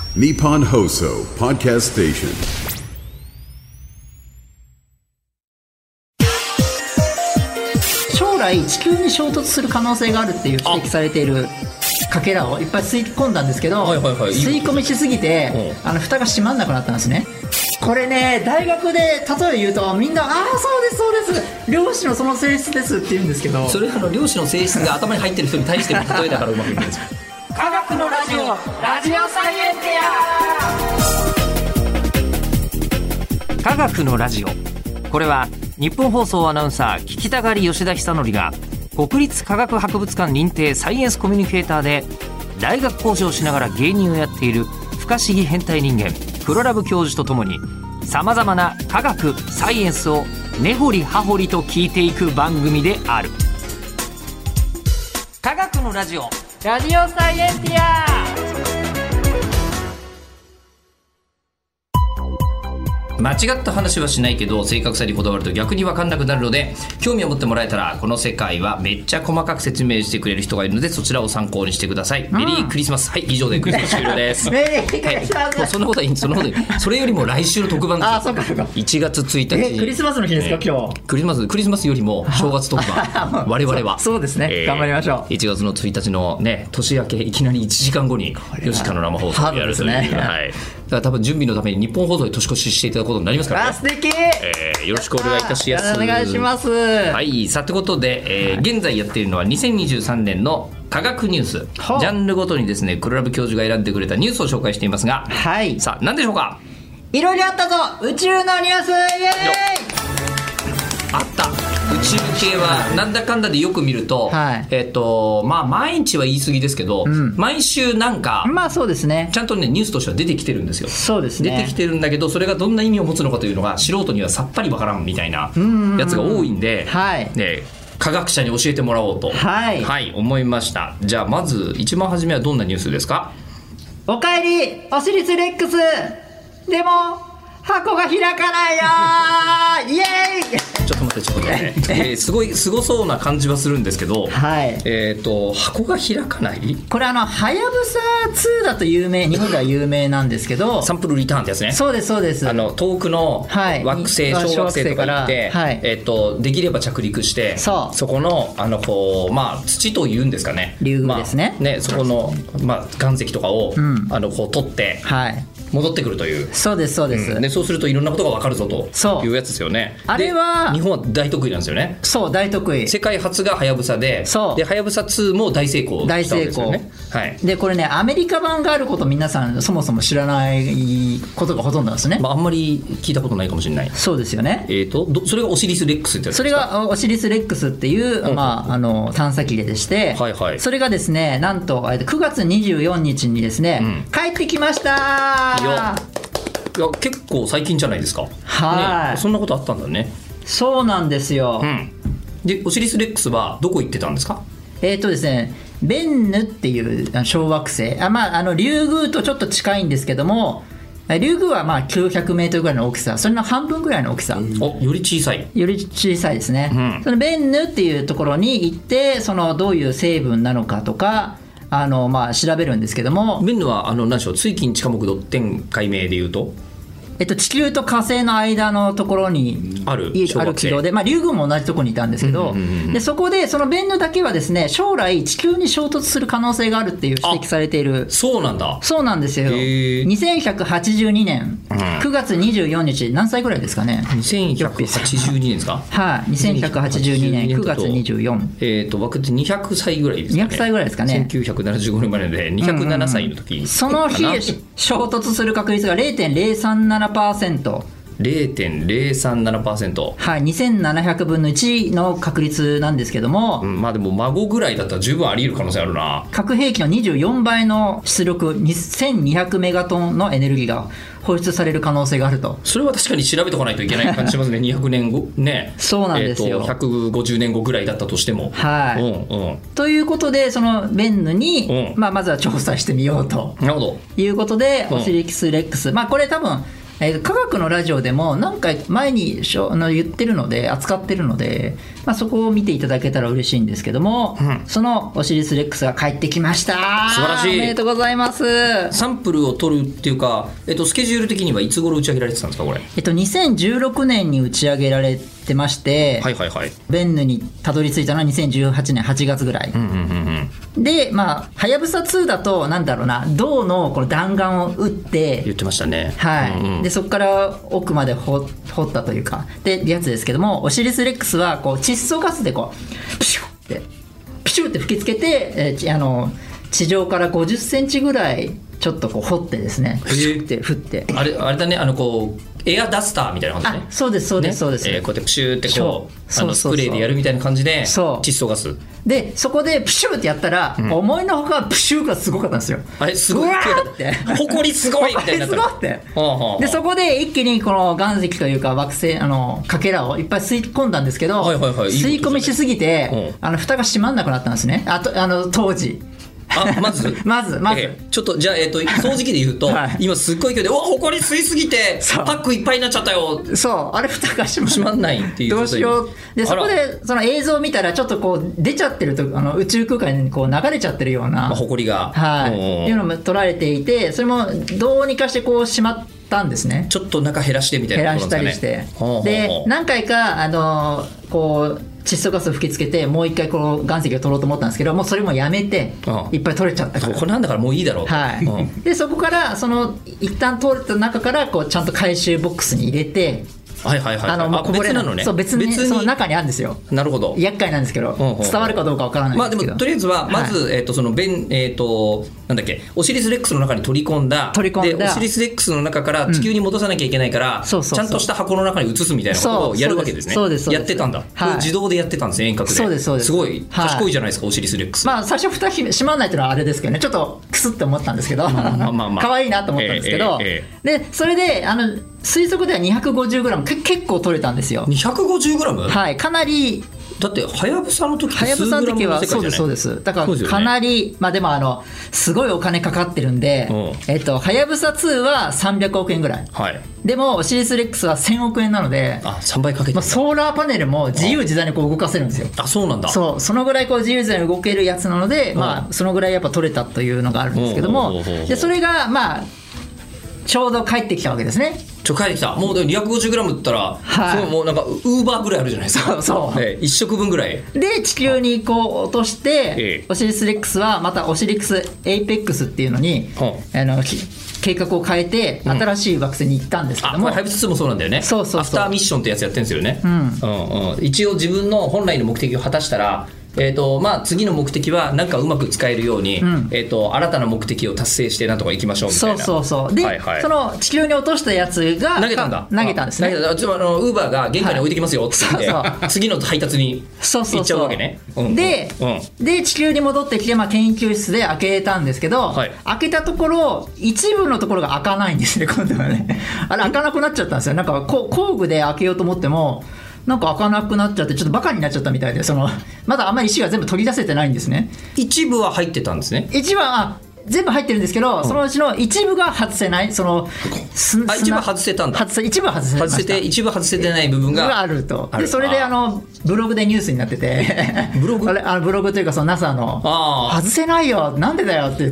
Nippon Hoso Podcast Station。 将来地球に衝突する可能性があるっていう指摘されているかけらをいっぱい吸い込んだんですけど、吸い込みしすぎて蓋が閉まんなくなったんですね。これね、大学で例え言うとみんなそうですそうです量子のその性質ですって言うんですけど、 それ量子の性質が頭に入ってる人に対しての例えだからうまくいくんですよ。 科学のラジオ、ラジオサイエンティア。 科学のラジオ、これは日本放送アナウンサー聞きたがり吉田久典が国立科学博物館認定サイエンスコミュニケーターで大学講師をしながら芸人をやっている不可思議変態人間黒ラブ教授とともにさまざまな科学サイエンスを根掘り葉掘りと聞いていく番組である。科学のラジオ、 ラジオサイエンティア。 間違った話はしないけど正確さにこだわると逆に分かんなくなるので、興味を持ってもらえたらこの世界はめっちゃ細かく説明してくれる人がいるので、そちらを参考にしてください。メリークリスマス。はい、以上でクリスマス終了ですメリークリスマス、 もうそんなことはいい、そんなことはいい。それよりも来週の特番です。 そうかそうか。 1月1日クリスマスの日ですか、今日。 クリスマスよりも正月特番我々はそうですね、頑張りましょう。 1月の1日のね、年明けいきなり1時間後に吉川の生放送をやるという、 ね、 はい、だから多分準備のために日本放送で年越ししていただくことになりますからね。 素敵、 よろしくお願いいたします。 お願いします。 はい、さてことで、現在やっているのは2023年の科学ニュース、ジャンルごとにですね、黒ラブ教授が選んでくれたニュースを紹介していますが、 はい、 さあ何でしょうか。 いろいろあったぞ、宇宙のニュース、イエーイ。 あった。宇宙系はなんだかんだでよく見ると、 はい、 まあ毎日は言い過ぎですけど、毎週なんかそうですね、 ちゃんとねニュースとしては出てきてるんですよ。 そうですね、 出てきてるんだけど、それがどんな意味を持つのかというのが素人にはさっぱりわからんみたいなやつが多いんで、ね、科学者に教えてもらおうと、はい思いました。じゃあまず一番初めはどんなニュースですか。 おかえりオシリスレックス、でも箱が開かないよーイエーイ。 ちょっと待ってね、すごそうな感じはするんですけど、 はい、 箱が開かない。これはやぶさ2だと日本では有名なんですけど、 サンプルリターンってやつね。 そうですそうです。 遠くの惑星、小惑星とか行って、できれば着陸して、そこの土というんですかね、 竜宮ですね、 そこの、岩石とかを、取って、戻ってくるという。 そうですそうです、 でそうするといろんなことが分かるぞというやつですよね。 あれは日本は大得意なんですよね。 そう大得意。世界初がはやぶさで、はやぶさ2も大成功したわけですよね。 でこれね、アメリカ版があること皆さんそもそも知らないことがほとんどなんですね。 あんまり聞いたことないかもしれない。 そうですよね。 それがオシリスレックスってやつですか。 それがオシリスレックスっていう、探査機でして、それがですね、なんと9月24日にですね、帰ってきました。 いや結構最近じゃないですか。 はい、 そんなことあったんだね。 そうなんですよ。 でオシリスレックスはどこ行ってたんですか。 ですね、ベンヌっていう小惑星、リュウグウとちょっと近いんですけども、リュウグウは900メートルぐらいの大きさ、それの半分ぐらいの大きさ。 より小さい。 より小さいですね。そのベンヌっていうところに行って、どういう成分なのかとか調べるんですけども、 ベンヌは何でしょう、追近地下木土点解明でいうと、 地球と火星の間のところにある軌道で、リュウグウも同じところにいたんですけど、でそこでそのベンヌだけはですね、将来地球に衝突する可能性があるっていう指摘されている。 そうなんだ。 そうなんですよ。2182年9月24日、何歳ぐらいですかね。 2182年ですか。 はい、2182年9月24。 僕って200歳ぐらいですかね。 200歳ぐらいですかね。 1975年までで207歳の時、 その日衝突する確率が 0.037%。 0.037%、 はい、2700分の1の確率なんですけども、 でも孫ぐらいだったら十分あり得る可能性あるな。 核兵器の24倍の出力1200メガトンのエネルギーが放出される可能性があると。 それは確かに調べておかないといけない感じしますね200年後ね。 そうなんですよ。 150年後ぐらいだったとしても、 ということで、そのベンヌに、まずは調査してみようということで、オシリスレックス、これ多分科学のラジオでも何回前に言ってるので扱ってるので、そこを見ていただけたら嬉しいんですけども、そのオシリスレックスが帰ってきました。 素晴らしい。 おめでとうございます。 サンプルを取るっていうか、スケジュール的にはいつ頃打ち上げられてたんですかこれ。 2016年に打ち上げられてまして、ベンヌにたどり着いたのは2018年8月ぐらい、ではやぶさ2だと銅のこの弾丸を撃って言ってましたね。 でそこから奥まで掘ったというかでやつですけども、オシリスレックスはこう窒素ガスでこうピシュって吹きつけて、地上から50センチぐらいちょっとこう掘ってですね、ピシュって振って、あれだね、こうエアダスターみたいな感じね。そうですそうですそうです、こうやってプシューってこうスプレーでやるみたいな感じで窒素ガスで、そこでプシューってやったら、思いのほかプシューがすごかったんですよ。あれすごいってほこりすごいみたいになったで、そこで一気にこの岩石というか惑星かけらをいっぱい吸い込んだんですけど、吸い込みしすぎて蓋が閉まんなくなったんですね。当時まずちょっとじゃあ、掃除機で言うと、今すっごい勢いでほこり吸いすぎてパックいっぱいになっちゃったよ。あれ蓋が閉まんないっていう。どうしよう。でそこでその映像を見たらちょっとこう出ちゃってると宇宙空間にこう流れちゃってるようなほこりがいうのも撮られていて、それもどうにかしてこう閉まったんですね。ちょっと中減らしてみたいなことなんですかね。減らしたりして、で何回かこう窒素ガスを吹きつけてもう一回この岩石を取ろうと思ったんですけど、もうそれもやめていっぱい取れちゃったから、これなんだからもういいだろう、でそこから一旦取れた中からこうちゃんと回収ボックスに入れて、別なのね。そう別にその中にあるんですよ。なるほど。厄介なんですけど、伝わるかどうかわからないんですけど、でもとりあえずはまずそのなんだっけ、オシリスレックスの中に取り込んだで、オシリスレックスの中から地球に戻さなきゃいけないから、ちゃんとした箱の中に移すみたいなことをやるわけですね。やってたんだ。自動でやってたんですね、遠隔で。そうですそうです。すごい賢いじゃないですか、オシリスレックス。最初蓋閉まらないっていうのはあれですけどね、ちょっとクスって思ったんですけど、可愛いなと思ったんですけど、でそれで推測では 250g 結構取れたんですよ。 250g？ はい、かなり。だってはやぶさの時って数グラムの世界じゃない？そうですそうです。だからかなり、でもすごいお金かかってるんで、はやぶさ2は300億円ぐらい、でもオシリスレックスは1000億円なので、3倍かけて、ソーラーパネルも自由自在にこう動かせるんですよ。そうなんだ。そのぐらいこう自由自在に動けるやつなので、そのぐらいやっぱ取れたというのがあるんですけども、でそれがちょうど帰ってきたわけですね。帰ってきた。もう 250g って言ったら、もうなんかウーバーぐらいあるじゃないですか。1食分ぐらいで地球にこう落として、オシリスレックスはまたオシリックスエイペックスっていうのに計画を変えて新しい惑星に行ったんですけども、ハイブス2もそうなんだよね。アフターミッションってやつやってるんですよね。一応自分の本来の目的を果たしたら、次の目的は何かうまく使えるように、新たな目的を達成してなんとか行きましょうみたいな。そうで、その地球に落としたやつが投げたんですね。ウーバーが玄関に置いてきますよって言って、次の配達に行っちゃうわけね。で地球に戻ってきて、研究室で開けたんですけど、開けたところ一部のところが開かないんですね。今度はね、あれ開かなくなっちゃったんですよ。なんか工具で開けようと思ってもなんか開かなくなっちゃって、ちょっとバカになっちゃったみたいで、まだあんまり石が全部取り出せてないんですね。一部は入ってたんですね。一部は全部入ってるんですけど、そのうちの一部が外せない。一部外せたんだ。一部外せました。一部外せてない部分があると。でそれでブログでニュースになっててブログというかNASA の外せないよなんでだよって言って、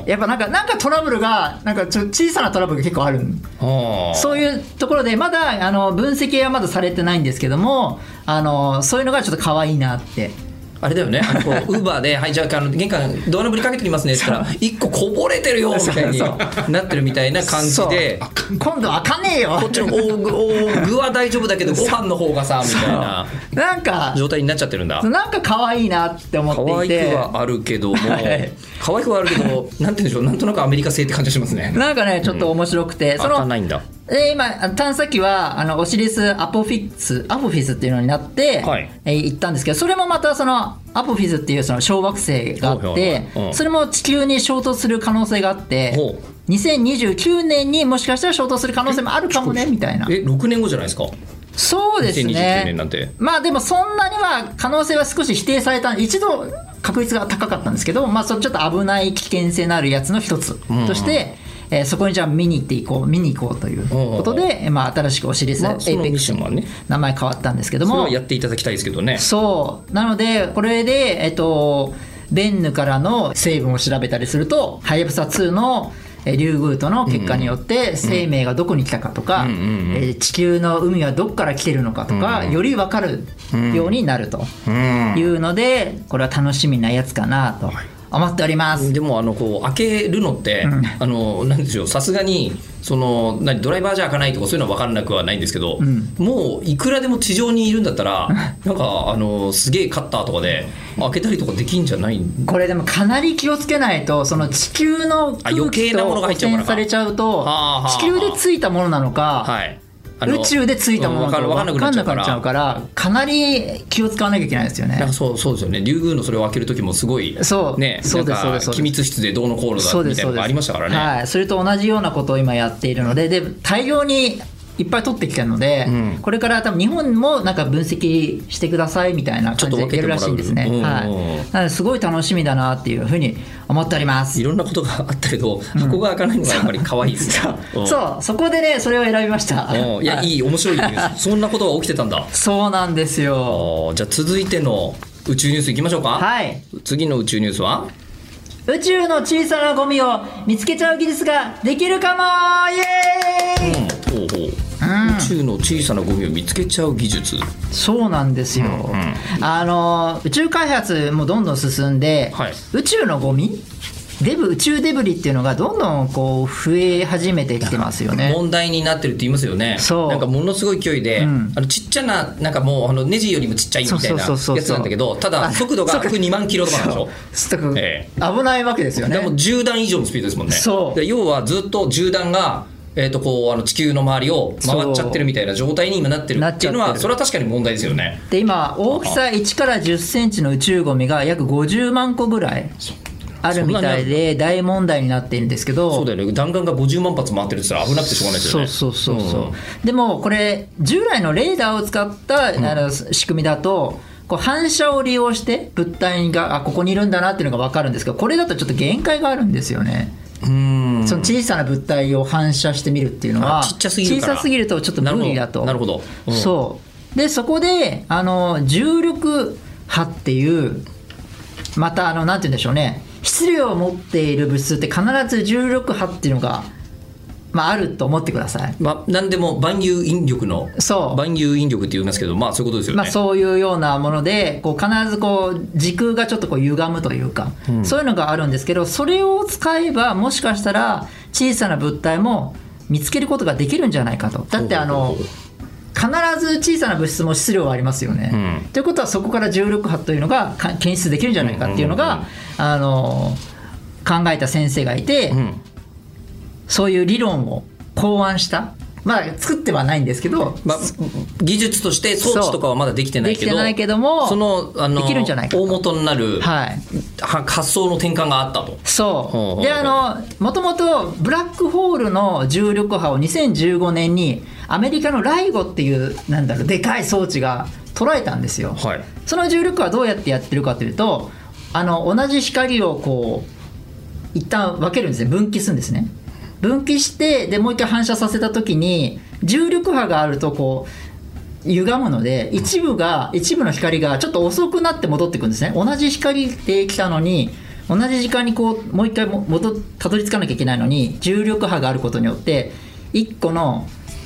やっぱなんかトラブルが小さなトラブルが結構ある。そういうところでまだ分析はまだされてないんですけども、そういうのがちょっと可愛いなって。あれだよね、ウーバーではいじゃあ玄関ドアノブにかけてきますねって言ったら1個こぼれてるよみたいになってるみたいな感じで、今度開かねえよこっちの具は大丈夫だけどご飯の方がさみたいななんか状態になっちゃってるんだ。なんか可愛いなって思っていて、可愛くはあるけども、可愛くはあるけどなんて言うんでしょう、なんとなくアメリカ製って感じがしますね。なんかねちょっと面白くて、開かないんだ。今探査機はオシリスアポフィスっていうのになって、行ったんですけど、それもまたそのアポフィスっていうその小惑星があって、それも地球に衝突する可能性があって、2029年にもしかしたら衝突する可能性もあるかもねみたいな。6年後じゃないですか。そうですね。2029年なんて。でもそんなには可能性は少し否定された。一度確率が高かったんですけど、まあ、そのちょっと危ない危険性のあるやつの一つとして、そこにじゃあ見に行こうということで、まあ、新しくオシリスエイペックスに名前変わったんですけども、 それはやっていただきたいですけどね。 そうなのでこれで、ベンヌからの成分を調べたりすると、はやぶさ2のリュウグウとの結果によって生命がどこに来たかとか、地球の海はどこから来てるのかとか、より分かるようになるというので、これは楽しみなやつかなと思っております。 でもこう開けるのって、なんでしょう、さすがにドライバーじゃ開かないとかそういうのは分からなくはないんですけど、もういくらでも地上にいるんだったらなんかすげえカッターとかで開けたりとかできんじゃない？ これでもかなり気をつけないと、その地球の空気と汚染されちゃうと、地球でついたものなのか、宇宙でついたものが分かんなくなっちゃうから、かなり気を使わなきゃいけないですよね。 そうですよね。リュウグウのそれを開ける時もすごいね、なんか機密室でどうのこうのだみたいなのがありましたからね。 はい、それと同じようなことを今やっているので、大量にいっぱい取ってきてるので、これから多分日本もなんか分析してくださいみたいな感じでやるらしいんですね。なのですごい楽しみだなっていうふうに思っております。 いろんなことがあったけど箱が開かないのがやっぱり可愛いですね。 そこでねそれを選びました。 いや、いい面白いニュース。そんなことが起きてたんだ。 そうなんですよ。 じゃあ続いての宇宙ニュースいきましょうか。 はい。 次の宇宙ニュースは、 宇宙の小さなゴミを見つけちゃう技術ができるかも。イエーイ。 宇宙の小さなゴミを見つけちゃう技術。 そうなんですよ。宇宙開発もどんどん進んで、宇宙のゴミ宇宙デブリっていうのがどんどんこう増え始めてきてますよね。 問題になってるって言いますよね。なんかものすごい勢いで、ちっちゃな、なんかもうネジよりもちっちゃいみたいなやつなんだけど、ただ速度が2万キロとかなんでしょ。 危ないわけですよね。 でも10段以上のスピードですもんね。で要はずっと10段がこう地球の周りを回っちゃってるみたいな状態に今なってるっていうのは、それは確かに問題ですよね。 で今大きさ1から10センチの宇宙ゴミが約50万個ぐらいあるみたいで大問題になっているんですけど。 そうだよね。弾丸が50万発回ってるって言ったら危なくてしょうがないですよね。 そうでもこれ従来のレーダーを使った仕組みだと、こう反射を利用して物体がここにいるんだなっていうのが分かるんですけど、これだとちょっと限界があるんですよね。その小さな物体を反射してみるっていうのは小さすぎるとちょっと無理だと。 なるほど。 そうでそこで重力波っていうまたなんて言うんでしょうね、質量を持っている物質って必ず重力波っていうのが、あると思ってください。 何でも万有引力の万有引力って言いますけど、そういうことですよね。 そういうようなものでこう必ずこう時空がちょっとこう歪むというか、そういうのがあるんですけど、それを使えばもしかしたら小さな物体も見つけることができるんじゃないかと。だって必ず小さな物質も質量がありますよね。ということはそこから重力波というのが検出できるんじゃないかっていうのが考えた先生がいて、そういう理論を考案した。作ってはないんですけど、 技術として装置とかはまだできてないけどもそのできるんじゃないかと。 大元になる発想の転換があったと。 そうでもともとブラックホールの重力波を2015年にアメリカのライゴっていうでかい装置が捉えたんですよ。その重力波はどうやってやってるかというと、同じ光をこう一旦分けるんですね。分岐するんですね。分岐してでもう一回反射させた時に重力波があるとこう歪むので、一部の光がちょっと遅くなって戻ってくるんですね。同じ光で来たのに同じ時間にこうもう一回たどり着かなきゃいけないのに、重力波があることによって一個の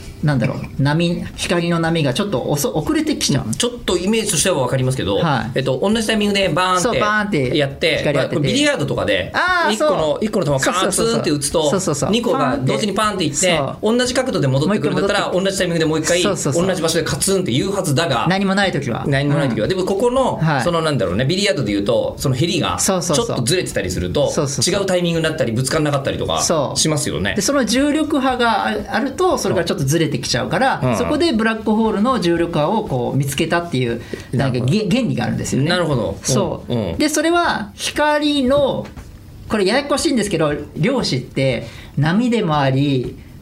光の波がちょっと遅れてきちゃう。 ちょっとイメージとしては分かりますけど、同じタイミングでバーンってやってビリヤードとかで1個の球をカーンツーンって打つと2個が同時にパーンっていって同じ角度で戻ってくるんだったら同じタイミングでもう一回同じ場所でカツンって言うはずだが、 何もない時はでもここのビリヤードでいうとそのヘリがちょっとずれてたりすると違うタイミングになったりぶつからなかったりとかしますよね。 でその重力波があるとそれがちょっとずれてきちゃうから、そこでブラックホールの重力波をこう見つけたっていう原理があるんですよね。 なるほど。 でそれは光のこれややこしいんですけど、量子って波でもあり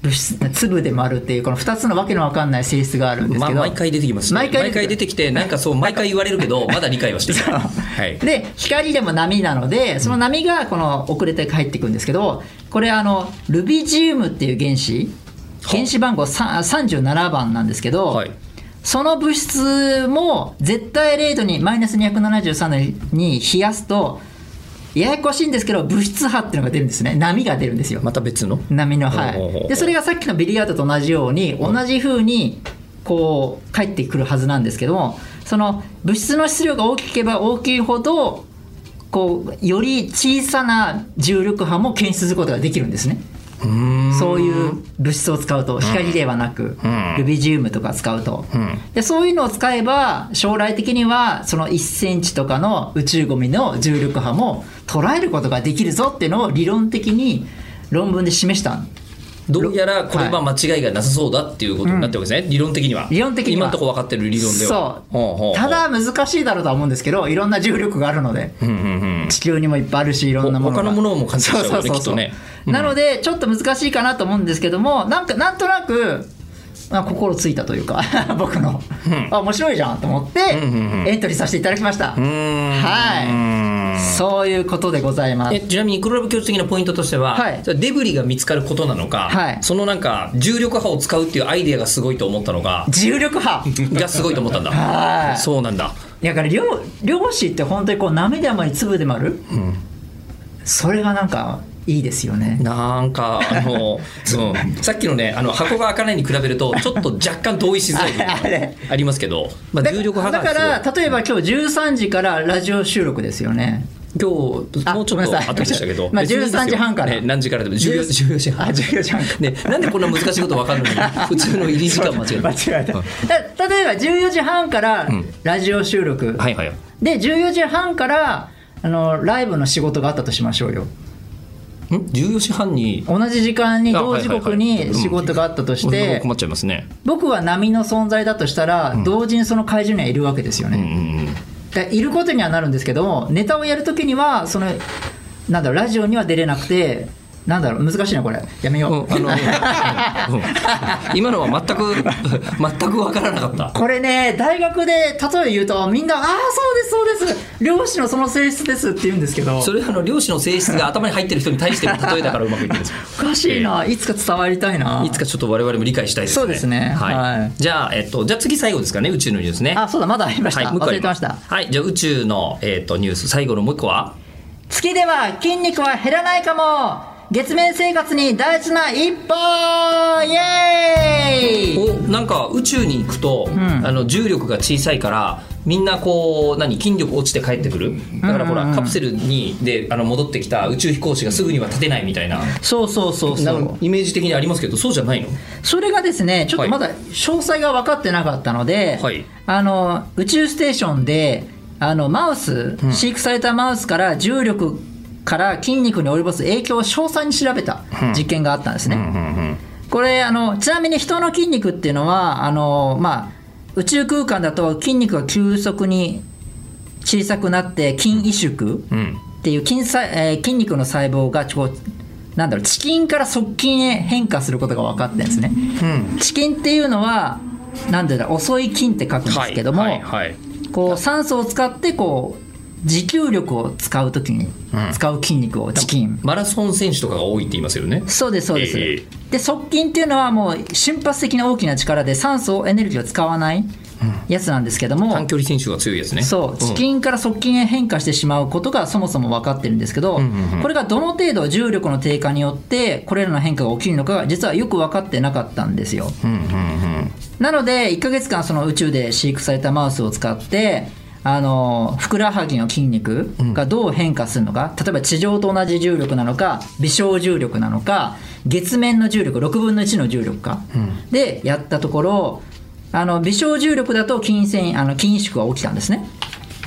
物質粒でもあるっていうこの2つのわけのわかんない性質があるんですけど、 毎回出てきますね。毎回出てきてなんかそう毎回言われるけどまだ理解はしてない、はい、 で光でも波なのでその波がこの遅れて入ってくるんですけど、これルビジウムっていう原子番号37番なんですけど、はい、その物質も絶対0度にマイナス273度に冷やすとややこしいんですけど物質波っていうのが出るんですね。波が出るんですよ。 また別の波の、はい、でそれがさっきのビリヤードと同じように同じ風にこう返ってくるはずなんですけども、その物質の質量が大きければ大きいほどこうより小さな重力波も検出することができるんですね。そういう物質を使うと、光ではなく、ルビジウムとか使うと、でそういうのを使えば将来的にはその1センチとかの宇宙ゴミの重力波も捉えることができるぞっていうのを理論的に論文で示したんです。 どうやらこれは間違いがなさそうだっていうことになってるわけですね、理論的には。今のところ分かってる理論では。 そうただ難しいだろうとは思うんですけど、いろんな重力があるので、地球にもいっぱいあるしいろんなものが他のものも感じちゃうよね、きっとね。 なのでちょっと難しいかなと思うんですけども、なんとなく心ついたというか僕の、面白いじゃんと思ってエントリーさせていただきました。はい、そういうことでございます。 ちなみに黒ラブ教授的なポイントとしては、はい、デブリが見つかることなのか、はい、そのなんか重力波を使うっていうアイデアがすごいと思ったのか。 重力波がすごいと思ったんだ。はい、そうなんだ。 だから量子って本当にこう波でもあり粒でもある、それがなんかいいですよね。 なんかさっきのね箱が開かないに比べるとちょっと若干遠いしづらいありますけど、重力波がだから例えば今日13時からラジオ収録ですよね。 今日もうちょっと後でしたけど、 13時半から、 何時からでも14時半ね、なんでこんな難しいこと分かるのに普通の入り時間間違えた例えば14時半からラジオ収録、で14時半からライブの仕事があったとしましょうよ。 14時半に同じ時間に同時刻に仕事があったとして、 困っちゃいますね。 僕は波の存在だとしたら、同時にその会場にはいるわけですよね。いることにはなるんですけども、ネタをやるときにはラジオには出れなくて、難しいなこれ、やめよう。 今のは全く分からなかった。 これね、大学で例え言うとみんなそうです量子のその性質ですって言うんですけど、 それは量子の性質が頭に入ってる人に対しての例えだからうまくいくんですよ。 おかしいな、いつか伝わりたいな。 いつかちょっと我々も理解したいですね。 そうですね、 はい、じゃあ次最後ですかね、宇宙のニュースね。 そうだ、まだありました、忘れてました。 はい、じゃあ宇宙の、ニュース最後のもう一個は、 月では筋肉は減らないかも、月面生活に大事な一歩、イエーイ。 なんか宇宙に行くと、重力が小さいからみんなこう筋力落ちて帰ってくる。だからほら、カプセルで戻ってきた宇宙飛行士がすぐには立てないみたいな、 そうイメージ的にありますけど、そうじゃないの？ それがですね、ちょっとまだ詳細が分かってなかったので、はい、宇宙ステーションでマウス、飼育されたマウスから重力から筋肉に及ぼす影響を詳細に調べた実験があったんですね。これちなみに人の筋肉っていうのは宇宙空間だと筋肉が急速に小さくなって筋萎縮っていう筋肉の細胞が遅筋から速筋へ変化することが分かってるんですね。遅筋っていうのは遅い筋って書くんですけども、こう酸素を使って持久力を使うときに使う筋肉を遅筋、 マラソン選手とかが多いって言いますよね。 そうです。で速筋っていうのはもう瞬発的な大きな力で酸素エネルギーを使わないやつなんですけども、 短距離選手が強いやつね。 そう、遅筋から速筋へ変化してしまうことがそもそも分かってるんですけど、これがどの程度重力の低下によってこれらの変化が起きるのかが実はよく分かってなかったんですよ。なので1ヶ月間その宇宙で飼育されたマウスを使ってふくらはぎの筋肉がどう変化するのか、例えば地上と同じ重力なのか微小重力なのか月面の重力6分の1の重力か、でやったところ微小重力だと筋萎縮が起きたんですね。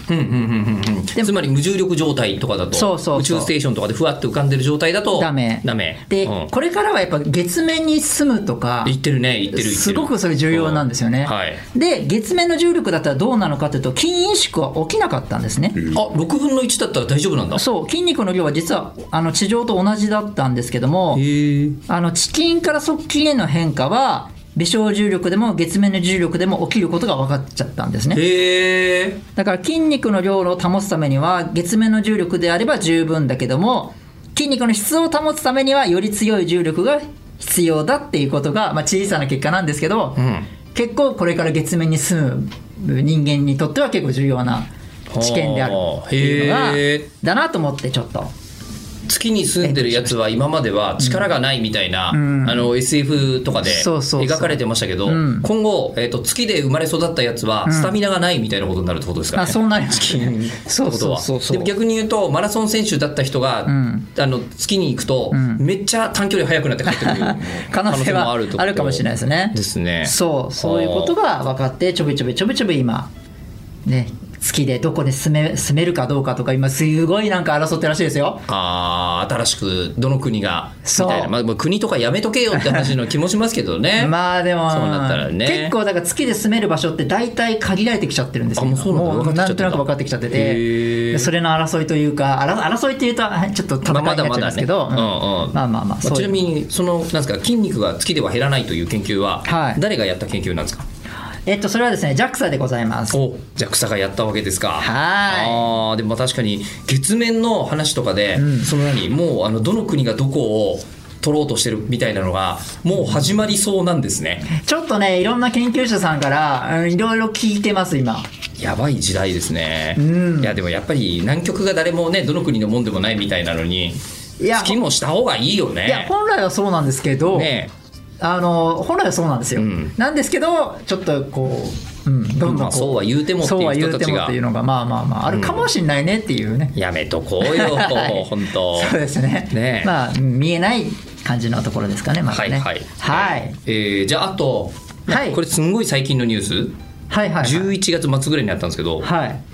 つまり無重力状態とかだと、宇宙ステーションとかでふわっと浮かんでる状態だとダメで、これからはやっぱ月面に住むとか言ってるすごくそれ重要なんですよね、で月面の重力だったらどうなのかというと筋萎縮は起きなかったんですね。 6分の1だったら大丈夫なんだ。 そう、筋肉の量は実は地上と同じだったんですけども、地筋から側筋への変化は微小重力でも月面の重力でも起きることが分かっちゃったんですね。だから筋肉の量を保つためには月面の重力であれば十分だけども、筋肉の質を保つためにはより強い重力が必要だっていうことが、小さな結果なんですけど、結構これから月面に住む人間にとっては結構重要な知見であるっていうのがだなと思って、ちょっと月に住んでるやつは今までは力がないみたいな、SF とかで描かれてましたけど、今後、月で生まれ育ったやつはスタミナがないみたいなことになるってことですかね。 そうなりますね。 でも逆に言うとマラソン選手だった人が、月に行くと、めっちゃ短距離速くなって帰ってくる可能性はあるかもしれないですね。 ですね。 そういうことが分かって、ちょびちょび今ね、月でどこで住めるかどうかとか今すごいなんか争ってるらしいですよ。 新しくどの国がみたいな、国とかやめとけよって話の気もしますけどね。 でもそうなったらね、 結構だから月で住める場所って大体限られてきちゃってるんですよ。もうなんとなく分かってきちゃってて、それの争いというか、争いっていうとちょっと戦いになっちゃうんですけど、 ちなみになんですか、筋肉が月では減らないという研究は、誰がやった研究なんですか？ それはですね JAXA でございます。 JAXA がやったわけですか。でも確かに月面の話とかで、もうどの国がどこを取ろうとしてるみたいなのがもう始まりそうなんですね。 ちょっとね、いろんな研究者さんからいろいろ聞いてます今。 やばい時代ですね。いやでもやっぱり南極が誰もね、どの国のもんでもないみたいなのに、月もした方がいいよね。 いや本来はそうなんですけどね、本来はそうなんですよ、なんですけどちょっとこう、どんどんそうは言うてもっていう人たちがっていうのがあるかもしれないねっていうね、 やめとこうよ本当。 そうですね。見えない感じのところですかね、まだね。 じゃああと、これすんごい最近のニュース、11月末ぐらいにあったんですけど、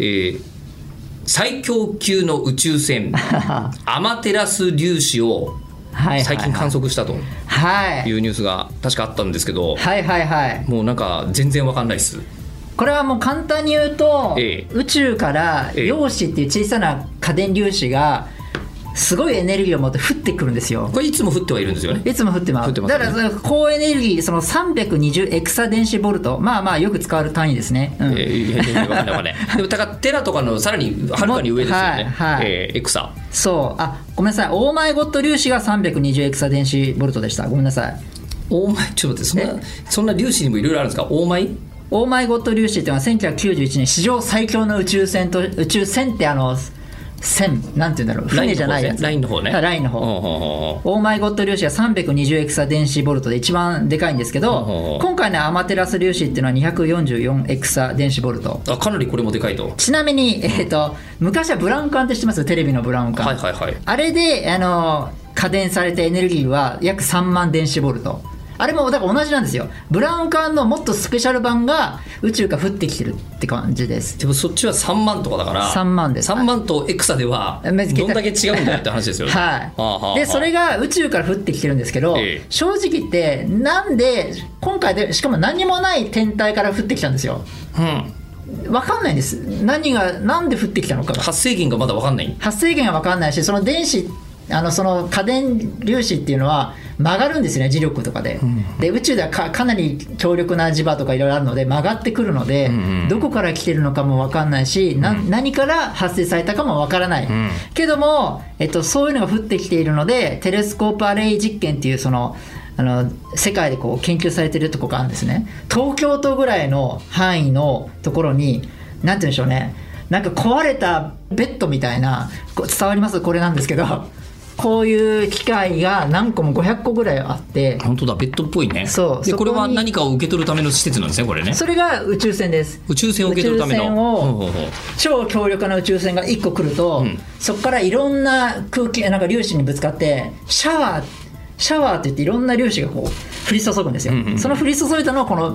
最強級の宇宙船アマテラス粒子を最近観測したというニュースが確かあったんですけど、もうなんか全然わかんないです。 これはもう簡単に言うと、宇宙から陽子っていう小さな過電粒子がすごいエネルギーを持って降ってくるんですよ。 これいつも降ってはいるんですよね。 いつも降ってます。だから高エネルギー、その320エクサ電子ボルト、よく使われる単位ですね。でもテラとかのさらにはるかに上ですよね。エクサ。 ごめんなさい。オーマイゴット粒子が320エクサ電子ボルトでした。ごめんなさい。 ちょっと待って、そんな粒子にもいろいろあるんですか？オーマイゴット粒子っていうのは1991年史上最強の宇宙船って線なんていうんだろう、船じゃないやつ、 ラインの方ね。 ラインの方。オーマイゴット粒子が320エクサ電子ボルトで一番でかいんですけど、今回のアマテラス粒子っていうのは244エクサ電子ボルト。 かなりこれもでかいと。 ちなみに、昔はブラウン管って知ってます？テレビのブラウン管。あれで過電されたエネルギーは約3万電子ボルト。あれもだから同じなんですよ。ブラウン管のもっとスペシャル版が宇宙から降ってきてるって感じです。 でもそっちは3万とかだから、 3万です。 3万とエクサではどんだけ違うんだよって話ですよね。 でそれが宇宙から降ってきてるんですけど、正直言ってなんで今回でしかも何もない天体から降ってきたんですよ。分かんないんです。なんで降ってきたのかが。 発生源がまだ分かんない。 発生源が分かんないし、その電子その過電粒子っていうのは曲がるんですよね、磁力とかで。で宇宙では かなり強力な磁場とかいろいろあるので曲がってくるので、どこから来てるのかも分かんないし、何から発生されたかも分からない、けども、そういうのが降ってきているので、テレスコープアレイ実験っていう世界でこう研究されてるところがあるんですね。東京都ぐらいの範囲のところに、なんて言うんでしょうね、なんか壊れたベッドみたいな、伝わります？これなんですけど、こういう機械が何個も500個ぐらいあって、 本当だ、ベッドっぽいね。でこれは何かを受け取るための施設なんですね、これね。 それが宇宙船です。 宇宙船を受け取るための超強力な宇宙船が1個来ると、そこからいろんな空気、なんか粒子にぶつかってシャワーって言っていろんな粒子がこう降り注ぐんですよ。その降り注いだのをこの機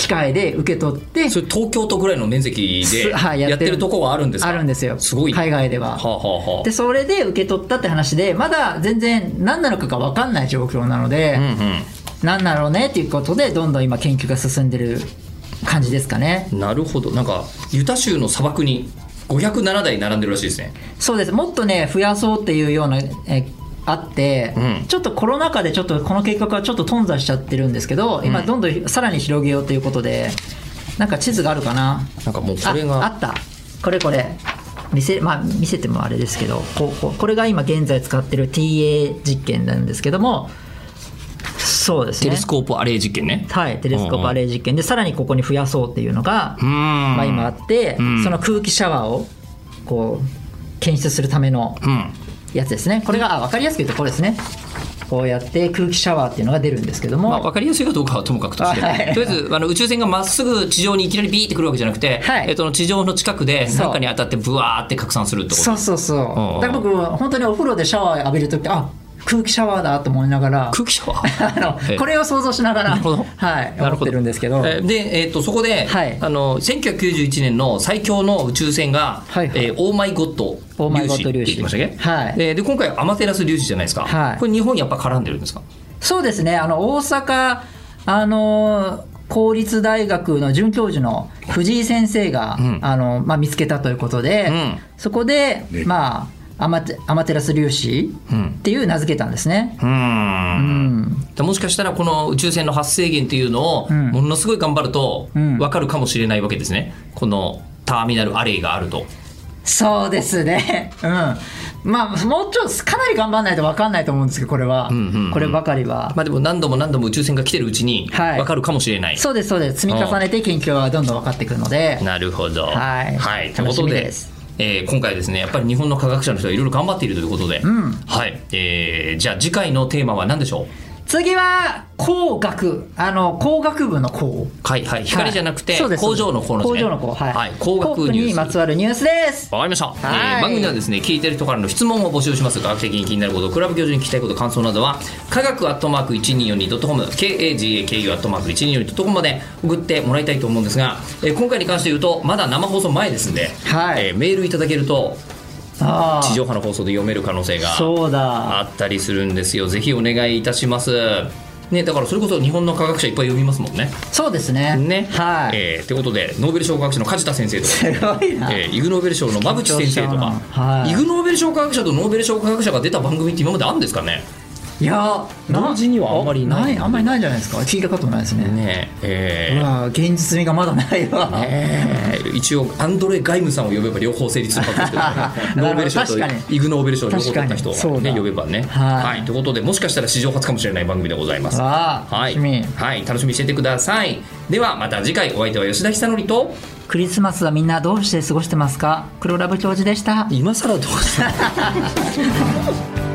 械で受け取って、 それ東京都ぐらいの面積でやってるとこがあるんですか？ あるんですよ。 すごい、 海外では。でそれで受け取ったって話で、まだ全然何なのかが分かんない状況なので、何なのねっていうことでどんどん今研究が進んでる感じですかね。 なるほど。なんかユタ州の砂漠に507台並んでるらしいですね。 そうです。もっとね増やそうっていうようなあって、ちょっとコロナ禍でちょっとこの計画はちょっと頓挫しちゃってるんですけど、今どんどんさらに広げようということで、なんか地図があるかな。 なんかもうこれがあった。これ見せてもあれですけど、これが今現在使ってる TA 実験なんですけども、そうですね。 テレスコープアレイ実験ね。 はい、テレスコープアレイ実験でさらにここに増やそうっていうのが今あって、その空気シャワーをこう検出するためのやつですね。これが分かりやすく言うとこれですね。こうやって空気シャワーっていうのが出るんですけども、 分かりやすいかどうかはともかくとして、とりあえず宇宙船がまっすぐ地上にいきなりビーってくるわけじゃなくて、地上の近くで何かに当たってブワーって拡散するってこと。 そうだから僕本当にお風呂でシャワー浴びるとき、空気シャワーだと思いながら、 空気シャワーこれを想像しながら思ってるんですけど、 で、そこで、1991年の最強の宇宙船が、オーマイゴッド粒子って言ってましたっけ？で今回アマテラス粒子じゃないですか、これ日本にやっぱ絡んでるんですか？ そうですね。大阪公立大学の准教授の藤井先生が、見つけたということで、そこでアマテラス粒子っていう名付けたんですね。もしかしたらこの宇宙船の発生源っていうのをものすごい頑張ると分かるかもしれないわけですね、このターミナルアレイがあると。そうですね。もうちょっとかなり頑張らないと分かんないと思うんですけど、これは、こればかりは。 でも何度も宇宙船が来てるうちに分かるかもしれない。 そうです。積み重ねて研究はどんどん分かってくるので。 なるほど。 楽しみです。 今回ですね、やっぱり日本の科学者の人がいろいろ頑張っているということで、じゃあ次回のテーマは何でしょう？ 次は工学、工学部の工、 光じゃなくて工場の工のですね。工学ニュースにまつわるニュースです。 わかりました。番組ではですね、聞いてる人からの質問を募集します。科学的に気になること、クラブ教授に聞きたいこと、感想などは科学@1242.com、KAGAKU@1242.com まで送ってもらいたいと思うんですが、今回に関して言うとまだ生放送前ですんで、メールいただけると地上波の放送で読める可能性があったりするんですよ。ぜひお願いいたします。だからそれこそ日本の科学者いっぱい読みますもんね。 そうですね。 ということでノーベル賞科学者の梶田先生とか、イグノーベル賞の馬淵先生とか、イグノーベル賞科学者とノーベル賞科学者が出た番組って今まであるんですかね？ いや同時にはあんまりない。 あんまりないんじゃないですか。聞いたことないですね。現実味がまだないわ。 一応アンドレ・ガイムさんを呼べば両方成立するかもしれないノーベル賞とイグノーベル賞両方取った人を呼べばね。ということでもしかしたら史上初かもしれない番組でございます。楽しみにしててください。ではまた次回。お相手は吉田久典と、 クリスマスはみんなどうして過ごしてますか？黒ラブ教授でした。 今更どうした